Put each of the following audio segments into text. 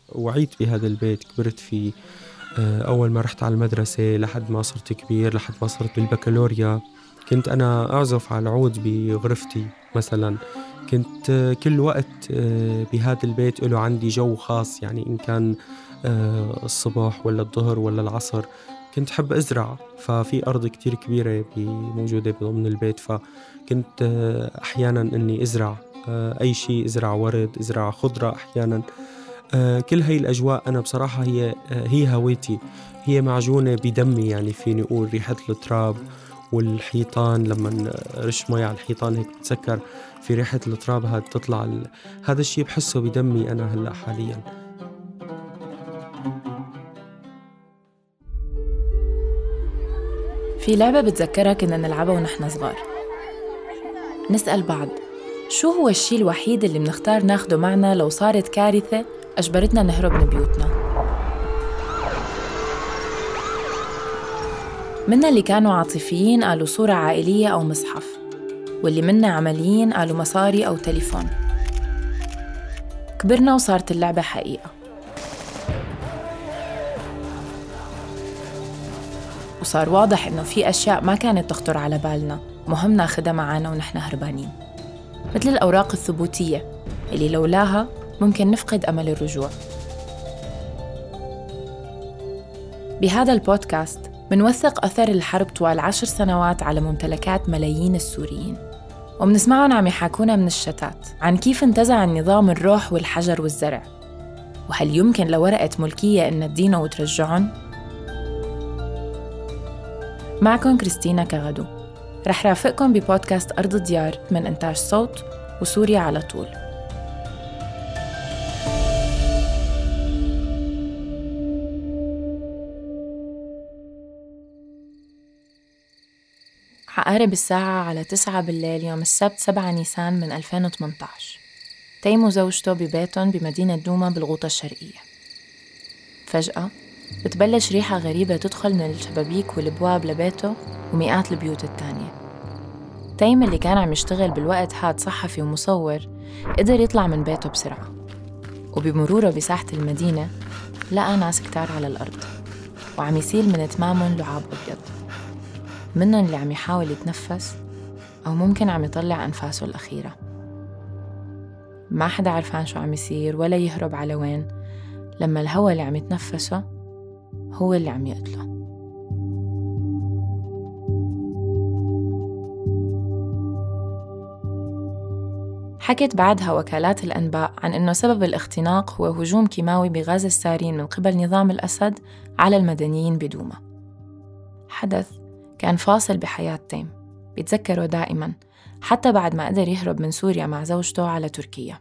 وعيت بهذا البيت، كبرت فيه. أول ما رحت على المدرسة لحد ما صرت كبير، لحد ما صرت بالبكالوريا، كنت أنا أعزف على العود بغرفتي مثلا. كنت كل وقت بهذا البيت له عندي جو خاص، يعني إن كان الصبح ولا الظهر ولا العصر كنت حب أزرع. ففي أرض كتير كبيرة موجودة ضمن البيت، فكنت أحيانا أني أزرع أي شيء، أزرع ورد، أزرع خضرة أحيانا. كل هاي الأجواء أنا بصراحة هي هويتي، هي معجونة بدمي، يعني فيني أقول ريحة التراب والحيطان. لما رش مي على الحيطان هيك بتذكر في ريحة التراب هاد تطلع هذا الشيء بحسه بدمي أنا هلأ حاليا. في لعبة بتذكرها كنا نلعبها ونحن صغار. نسأل بعض شو هو الشيء الوحيد اللي بنختار ناخده معنا لو صارت كارثة أجبرتنا نهرب من بيوتنا. منا اللي كانوا عاطفيين قالوا صورة عائلية أو مصحف، واللي منا عمليين قالوا مصاري أو تليفون. كبرنا وصارت اللعبة حقيقة، وصار واضح إنه في أشياء ما كانت تخطر على بالنا مهم ناخدها معانا ونحن هربانين، مثل الأوراق الثبوتية اللي لولاها ممكن نفقد أمل الرجوع. بهذا البودكاست منوثق أثر الحرب طوال 10 سنوات على ممتلكات ملايين السوريين، ومنسمعهم عم يحاكونا من الشتات عن كيف انتزع النظام الروح والحجر والزرع، وهل يمكن لورقة ملكية إن تدينه وترجعهم؟ معكم كريستينا كغدو، رح رافقكم ببودكاست أرض ديار من إنتاج صوت وسوريا على طول. عقارب الساعة على 9 بالليل يوم السبت 7 نيسان من 2018، تيم وزوجته ببيتهم بمدينة دوما بالغوطة الشرقية. فجأة بتبلش ريحة غريبة تدخل من الشبابيك والابواب لبيته ومئات البيوت التانية. تيم اللي كان عم يشتغل بالوقت هاد صحفي ومصور قدر يطلع من بيته بسرعة، وبمروره بساحة المدينة لقى ناس كتار على الأرض وعم يسيل من تمامهم لعاب أبيض، منهم اللي عم يحاول يتنفس أو ممكن عم يطلع أنفاسه الأخيرة. ما حدا عرفان شو عم يصير ولا يهرب على وين، لما الهوا اللي عم يتنفسه هو اللي عم يقتله. حكت بعدها وكالات الأنباء عن أنه سبب الاختناق هو هجوم كيماوي بغاز السارين من قبل نظام الأسد على المدنيين بدوما. حدث كان فاصل بحياة تيم بيتذكره دائماً حتى بعد ما قدر يهرب من سوريا مع زوجته على تركيا.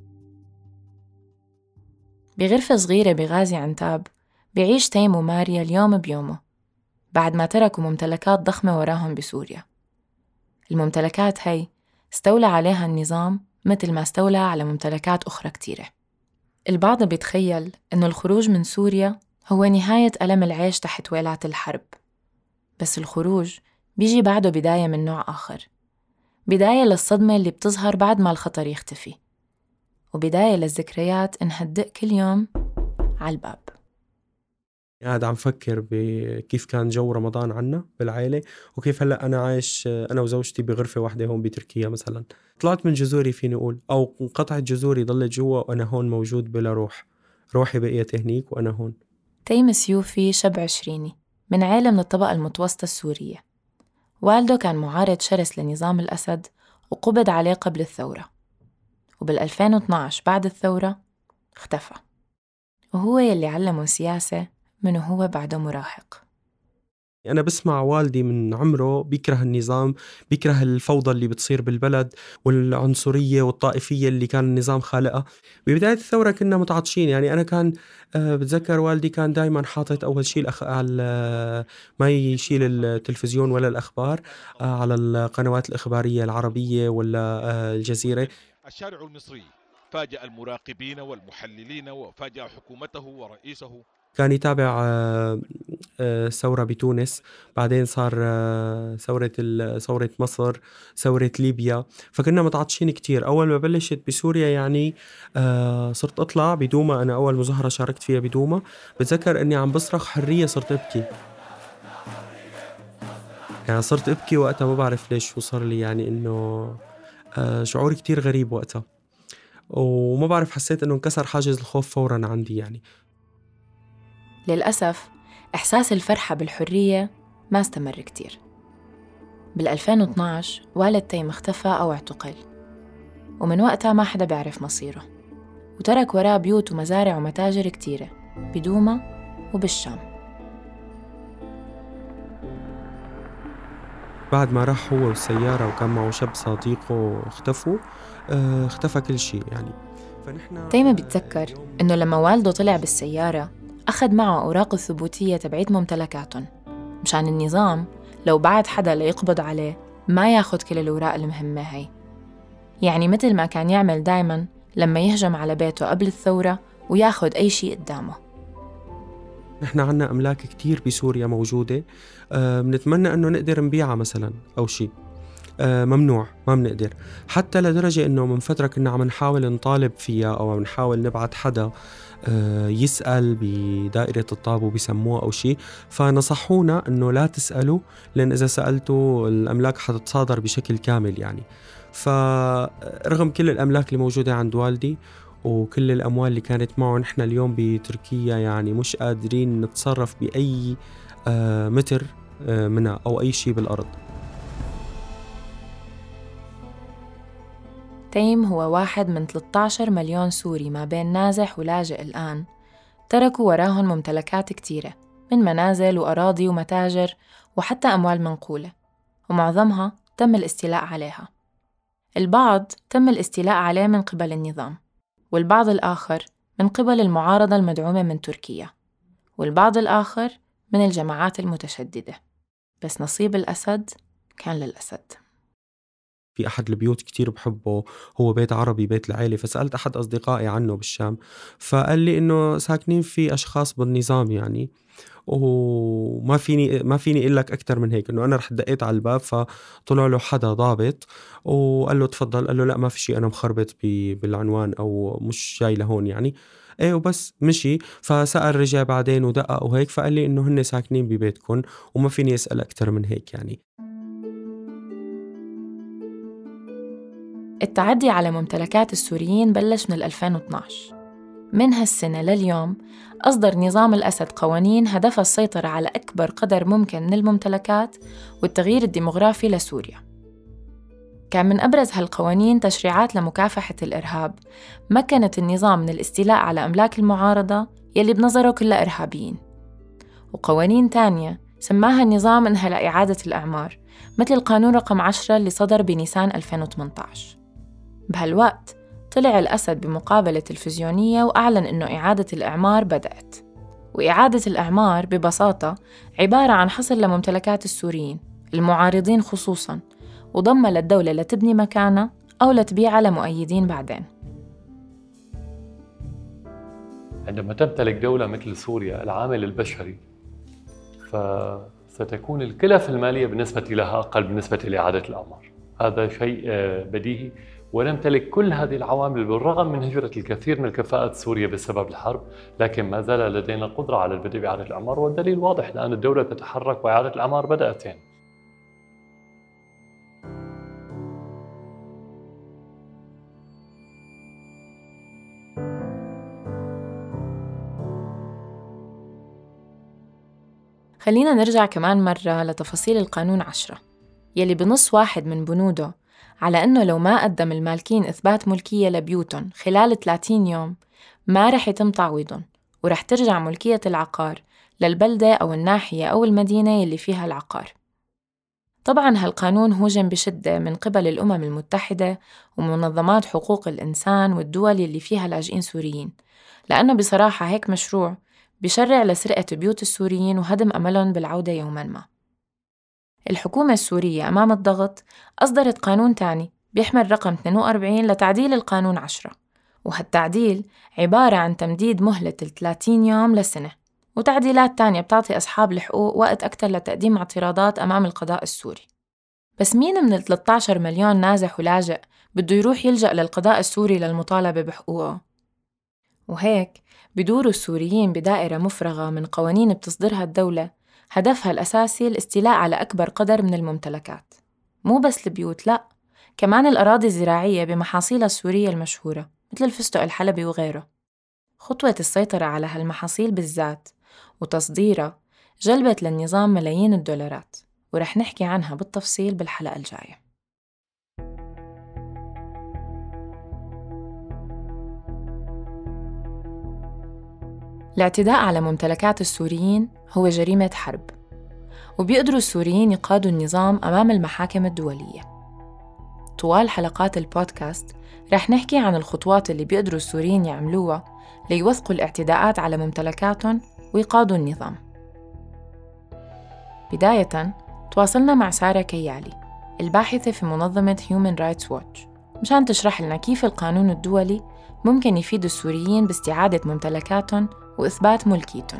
بغرفة صغيرة بغازي عنتاب بيعيش تيم وماريا اليوم بيومه بعد ما تركوا ممتلكات ضخمة وراهم بسوريا. الممتلكات هاي استولى عليها النظام مثل ما استولى على ممتلكات أخرى كتيرة. البعض بيتخيل إنه الخروج من سوريا هو نهاية ألم العيش تحت ويلات الحرب، بس الخروج بيجي بعده بداية من نوع آخر، بداية للصدمة اللي بتظهر بعد ما الخطر يختفي، وبداية للذكريات إنها تدق كل يوم على الباب. قاعد عم فكر بكيف كان جو رمضان عنا بالعائلة، وكيف هلأ أنا عايش أنا وزوجتي بغرفة واحدة هون بتركيا مثلا. طلعت من جذوري فيني أقول، أو انقطعت جذوري ضلت جوا وأنا هون موجود بلا روح، روحي بقيت هنيك وأنا هون. تيم سيوفي شاب عشريني من عائلة من الطبقة المتوسطة السورية. والده كان معارض شرس لنظام الأسد وقبض عليه قبل الثورة، وبال2012 بعد الثورة اختفى، وهو يلي علمه سياسة من هو بعده مراهق. أنا بسمع والدي من عمره بيكره النظام، بيكره الفوضى اللي بتصير بالبلد والعنصرية والطائفية اللي كان النظام خالقها. ببداية الثورة كنا متعطشين، يعني أنا كان بتذكر والدي كان دايما حاطط أول شيء على ما يشيل التلفزيون ولا الأخبار على القنوات الإخبارية العربية ولا الجزيرة. الشارع المصري فاجأ المراقبين والمحللين وفاجأ حكومته ورئيسه كان يتابع ثورة بتونس، بعدين صار ثورة مصر، ثورة ليبيا. فكنا متعطشين كتير. أول ما بلشت بسوريا يعني صرت أطلع بدوما. أنا أول مظاهرة شاركت فيها بدوما بتذكر أني عم بصرخ حرية، صرت أبكي. يعني صرت أبكي وقتها، ما بعرف ليش شو صار لي، يعني إنه شعور كتير غريب وقتها، وما بعرف، حسيت إنه انكسر حاجز الخوف فوراً عندي يعني. للأسف إحساس الفرحة بالحرية ما استمر كتير. بال2012 والد تيم اختفى أو اعتقل، ومن وقتها ما حدا بيعرف مصيره، وترك وراه بيوت ومزارع ومتاجر كتيرة بدوما وبالشام. بعد ما راح هو والسيارة وكان معه شاب صديقه اختفوا، اختفى كل شيء يعني. فنحن تيمة بيتذكر إنه لما والده طلع بالسيارة أخذ معه أوراق الثبوتية تبعيت ممتلكاتهم، مشان النظام لو بعد حدا ليقبض عليه ما ياخد كل الأوراق المهمة هاي. يعني مثل ما كان يعمل دايماً لما يهجم على بيته قبل الثورة وياخد أي شيء قدامه. نحن عنا أملاك كتير بسوريا موجودة، بنتمنى أنه نقدر نبيعها مثلا أو شيء، ممنوع، ما بنقدر. حتى لدرجة أنه من فترة كنا عم نحاول نطالب فيها أو عم نحاول نبعت حدا يسأل بدائرة الطابو بيسموها أو شيء، فنصحونا أنه لا تسألوا، لأن إذا سألتوا الأملاك حتتصادر بشكل كامل يعني. فرغم كل الأملاك اللي موجودة عند والدي وكل الأموال اللي كانت معه، نحن اليوم بتركيا يعني مش قادرين نتصرف بأي متر منها أو أي شيء بالأرض. تيم هو واحد من 13 مليون سوري ما بين نازح ولاجئ الآن تركوا وراهم ممتلكات كتيرة من منازل وأراضي ومتاجر وحتى أموال منقولة، ومعظمها تم الاستيلاء عليها. البعض تم الاستيلاء عليه من قبل النظام، والبعض الآخر من قبل المعارضة المدعومة من تركيا، والبعض الآخر من الجماعات المتشددة. بس نصيب الأسد كان للأسد. في أحد البيوت كتير بحبه، هو بيت عربي، بيت العائلة. فسألت أحد أصدقائي عنه بالشام، فقال لي إنه ساكنين في أشخاص بالنظام يعني، وما فيني أقول لك أكتر من هيك. إنه أنا رح دقيت على الباب، فطلع له حدا ضابط وقال له تفضل. قال له لا ما في شيء، أنا مخربط بالعنوان أو مش جاي لهون يعني. ايه وبس مشي. فسأل رجع بعدين ودقق وهيك، فقال لي إنه هن ساكنين ببيتكم وما فيني أسأل أكتر من هيك يعني. التعدي على ممتلكات السوريين بلش من 2012. من هالسنة لليوم أصدر نظام الأسد قوانين هدفها السيطرة على أكبر قدر ممكن من الممتلكات والتغيير الديمغرافي لسوريا. كان من أبرز هالقوانين تشريعات لمكافحة الإرهاب مكنت النظام من الاستيلاء على أملاك المعارضة يلي بنظره كلها إرهابيين، وقوانين تانية سماها النظام إنها لإعادة الأعمار، مثل القانون رقم 10 اللي صدر بنيسان 2018. بهالوقت طلع الأسد بمقابلة تلفزيونية وأعلن إنه إعادة الإعمار بدأت. وإعادة الإعمار ببساطة عبارة عن حصر لممتلكات السوريين المعارضين خصوصاً، وضمها للدولة لتبني مكانها أو لتبيعها لمؤيدين بعدين. عندما تمتلك دولة مثل سوريا العامل البشري، فستكون الكلفة المالية بالنسبة لها أقل بالنسبة لإعادة الأعمار. هذا شيء بديهي، ونمتلك كل هذه العوامل بالرغم من هجرة الكثير من كفاءات سوريا بسبب الحرب، لكن ما زال لدينا قدرة على البدء بإعادة الأعمار، والدليل واضح الآن الدولة تتحرك وإعادة الأعمار بدأت يعني. خلينا نرجع كمان مرة لتفاصيل القانون 10 يلي بنص واحد من بنوده على أنه لو ما قدم المالكين إثبات ملكية لبيوتهم خلال 30 يوم ما رح يتم تعويضهم، ورح ترجع ملكية العقار للبلدة أو الناحية أو المدينة يلي فيها العقار. طبعاً هالقانون هوجم بشدة من قبل الأمم المتحدة ومنظمات حقوق الإنسان والدول يلي فيها لاجئين سوريين، لأنه بصراحة هيك مشروع بيشرع لسرقة بيوت السوريين وهدم أملهم بالعودة يوماً ما. الحكومة السورية أمام الضغط أصدرت قانون تاني بيحمل رقم 42 لتعديل القانون 10، وهالتعديل عبارة عن تمديد مهلة 30 يوم لسنة، وتعديلات تانية بتعطي أصحاب الحقوق وقت أكتر لتقديم اعتراضات أمام القضاء السوري. بس مين من 13 مليون نازح ولاجئ بده يروح يلجأ للقضاء السوري للمطالبة بحقوقه؟ وهيك بدوروا السوريين بدائرة مفرغة من قوانين بتصدرها الدولة هدفها الأساسي الاستيلاء على أكبر قدر من الممتلكات، مو بس البيوت، لأ، كمان الأراضي الزراعية بمحاصيلها السورية المشهورة مثل الفستق الحلبي وغيره. خطوة السيطرة على هالمحاصيل بالذات وتصديرها جلبت للنظام ملايين الدولارات، ورح نحكي عنها بالتفصيل بالحلقة الجاية. الاعتداء على ممتلكات السوريين هو جريمة حرب، وبيقدروا السوريين يقادوا النظام أمام المحاكم الدولية. طوال حلقات البودكاست رح نحكي عن الخطوات اللي بيقدروا السوريين يعملوها ليوثقوا الاعتداءات على ممتلكاتهم ويقادوا النظام. بداية تواصلنا مع سارة كيالي الباحثة في منظمة Human Rights Watch مشان تشرح لنا كيف القانون الدولي ممكن يفيد السوريين باستعادة ممتلكاتهم وإثبات ملكيتهم.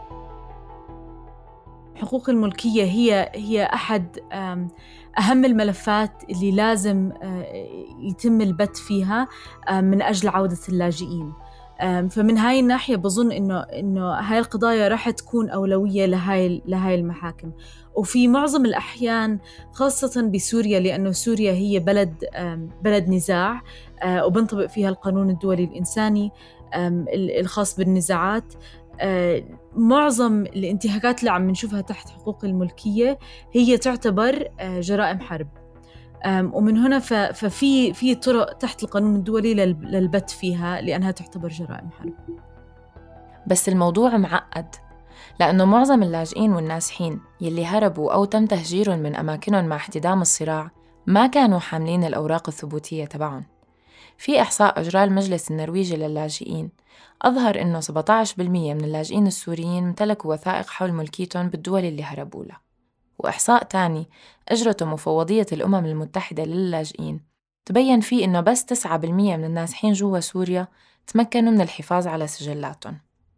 حقوق الملكية هي أحد أهم الملفات اللي لازم يتم البت فيها من أجل عودة اللاجئين. فمن هاي الناحية بظن إنه هاي القضايا راح تكون أولوية لهاي المحاكم. وفي معظم الأحيان خاصة بسوريا، لأنه سوريا هي بلد نزاع وبنطبق فيها القانون الدولي الإنساني الخاص بالنزاعات. معظم الانتهاكات اللي عم نشوفها تحت حقوق الملكية هي تعتبر جرائم حرب، ومن هنا ففي طرق تحت القانون الدولي للبت فيها لأنها تعتبر جرائم حرب. بس الموضوع معقد، لأنه معظم اللاجئين والنازحين يلي هربوا أو تم تهجيرهم من أماكنهم مع احتدام الصراع ما كانوا حاملين الأوراق الثبوتية تبعهم. في إحصاء أجراه المجلس النرويجي للاجئين أظهر إنه 17% من اللاجئين السوريين امتلكوا وثائق حول ملكيتهم بالدول اللي هربوا لها. وإحصاء تاني أجرته مفوضية الأمم المتحدة للاجئين تبين فيه إنه بس 9% من النازحين جوا سوريا تمكنوا من الحفاظ على سجلاتهم.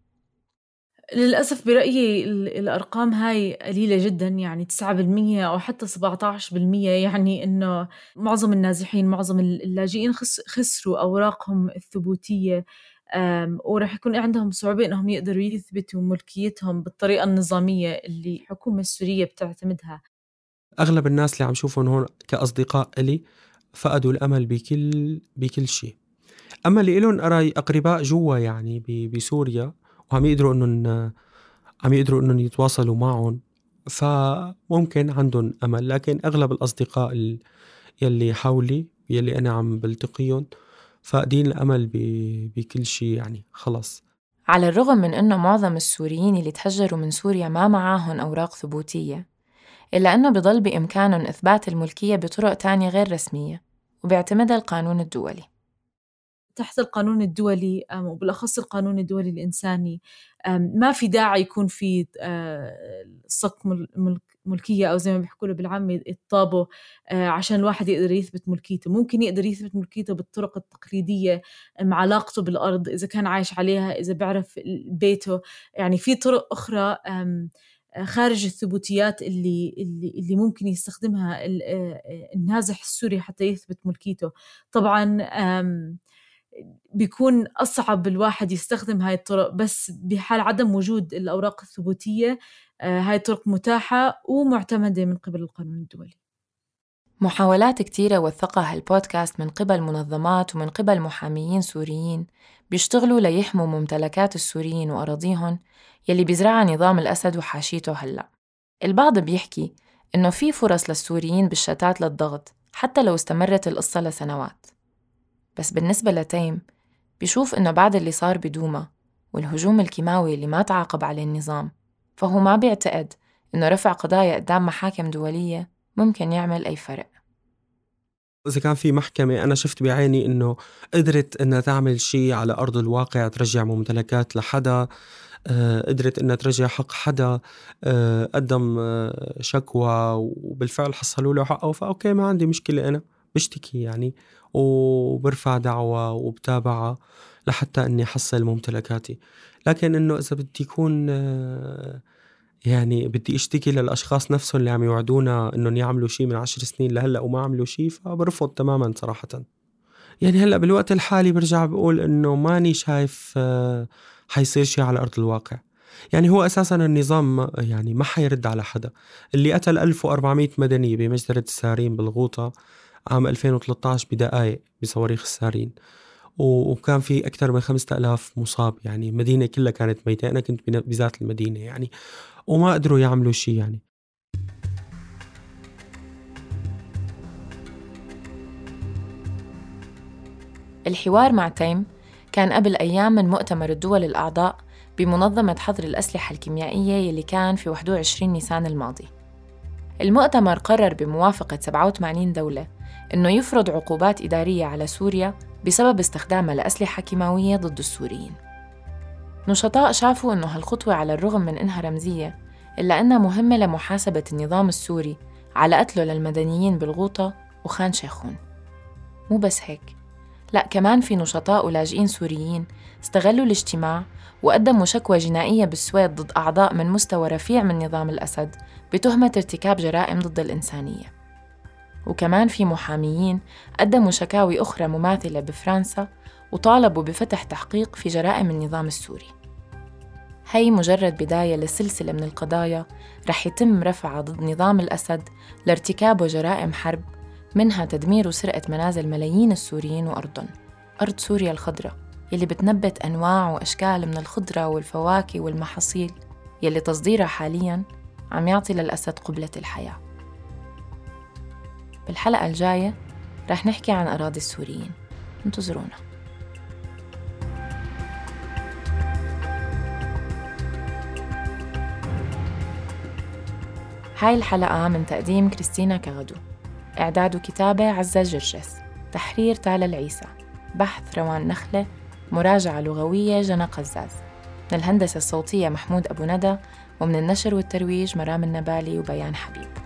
للأسف برأيي الأرقام هاي قليلة جداً، يعني 9% أو حتى 17%، يعني إنه معظم النازحين معظم اللاجئين خسروا أوراقهم الثبوتية، ورح يكون عندهم صعوبة إنهم يقدروا يثبتوا ملكيتهم بالطريقة النظامية اللي الحكومة السورية بتعتمدها. أغلب الناس اللي عم شوفهم هون كأصدقاء إلي فقدوا الأمل بكل شيء. أما اللي إلهم أقرباء جوا يعني بسوريا وعم يقدروا إنهم يتواصلوا معهم، فممكن عندهم أمل. لكن أغلب الأصدقاء يلي حولي يلي أنا عم بلتقيهم فاقدين الأمل بكل شيء، يعني خلص. على الرغم من أنه معظم السوريين اللي تهجروا من سوريا ما معاهم أوراق ثبوتية، إلا أنه بضل بإمكانهم إثبات الملكية بطرق تانية غير رسمية وبيعتمدها القانون الدولي. تحت القانون الدولي وبالأخص القانون الدولي الإنساني ما في داعي يكون في صك ملكية أو زي ما بيحكوا له بالعامي الطابو عشان الواحد يقدر يثبت ملكيته. ممكن يقدر يثبت ملكيته بالطرق التقليدية مع علاقته بالأرض، إذا كان عايش عليها، إذا بيعرف بيته. يعني في طرق أخرى خارج الثبوتيات اللي ممكن يستخدمها النازح السوري حتى يثبت ملكيته. طبعاً بيكون أصعب الواحد يستخدم هاي الطرق، بس بحال عدم وجود الأوراق الثبوتية هاي الطرق متاحة ومعتمدة من قبل القانون الدولي. محاولات كتيرة وثقها البودكاست من قبل منظمات ومن قبل محاميين سوريين بيشتغلوا ليحموا ممتلكات السوريين وأراضيهم يلي بيزرعها نظام الأسد وحاشيته هلأ. البعض بيحكي إنه في فرص للسوريين بالشتات للضغط حتى لو استمرت القصة لسنوات. بس بالنسبة لتيم بيشوف إنه بعد اللي صار بدوما والهجوم الكيماوي اللي ما تعاقب عليه النظام، فهو ما بيعتقد إنه رفع قضايا قدام محاكم دولية ممكن يعمل أي فرق. إذا كان في محكمة أنا شفت بعيني إنه قدرت إنها تعمل شيء على أرض الواقع، ترجع ممتلكات لحدا، قدرت إنها ترجع حق حدا قدم شكوى وبالفعل حصلوا له حقه، فأوكي ما عندي مشكلة، أنا بشتكي يعني وبرفع دعوة وبتابعها. لحتى أني أحصل ممتلكاتي. لكن أنه إذا بدي يكون يعني بدي أشتكي للأشخاص نفسهم اللي عم يوعدونا أنهم يعملوا شيء من 10 سنين لهلأ وما عملوا شيء، فبرفض تماما صراحة. يعني هلأ بالوقت الحالي برجع بقول أنه ماني شايف حيصير شيء على أرض الواقع. يعني هو أساساً النظام يعني ما حيرد على حدا. اللي قتل 1400 مدني بمجزرة السارين بالغوطة عام 2013 بدقائق بصواريخ السارين، وكان في أكثر من 5000 مصاب، يعني المدينة كلها كانت ميتة. أنا كنت بذات المدينة يعني، وما قدروا يعملوا شيء. يعني الحوار مع تيم كان قبل أيام من مؤتمر الدول الأعضاء بمنظمة حظر الأسلحة الكيميائية يلي كان في 21 نيسان الماضي. المؤتمر قرر بموافقة 87 دولة إنه يفرض عقوبات إدارية على سوريا بسبب استخدامها لأسلحة كيماوية ضد السوريين. نشطاء شافوا إنه هالخطوة على الرغم من إنها رمزية إلا إنها مهمة لمحاسبة النظام السوري على قتله للمدنيين بالغوطة وخان شيخون. مو بس هيك، لا، كمان في نشطاء ولاجئين سوريين استغلوا الاجتماع وقدموا شكوى جنائية بالسويد ضد أعضاء من مستوى رفيع من نظام الأسد بتهمة ارتكاب جرائم ضد الإنسانية. وكمان في محاميين قدموا شكاوي أخرى مماثلة بفرنسا وطالبوا بفتح تحقيق في جرائم النظام السوري. هي مجرد بداية لسلسلة من القضايا رح يتم رفعها ضد نظام الأسد لارتكابه جرائم حرب، منها تدمير وسرقة منازل ملايين السوريين وأرضهم، أرض سوريا الخضراء يلي بتنبت أنواع وأشكال من الخضرة والفواكه والمحاصيل يلي تصديرها حالياً عم يعطي للأسد قبلة الحياة. بالحلقة الجاية رح نحكي عن أراضي السوريين، انتظرونا. هاي الحلقة من تقديم كريستينا كغدو، إعداد وكتابة عزة جرجس، تحرير تالا العيسى، بحث روان نخلة، مراجعة لغوية جنى قزاز، من الهندسة الصوتية محمود أبو ندى، ومن النشر والترويج مرام النبالي وبيان حبيب.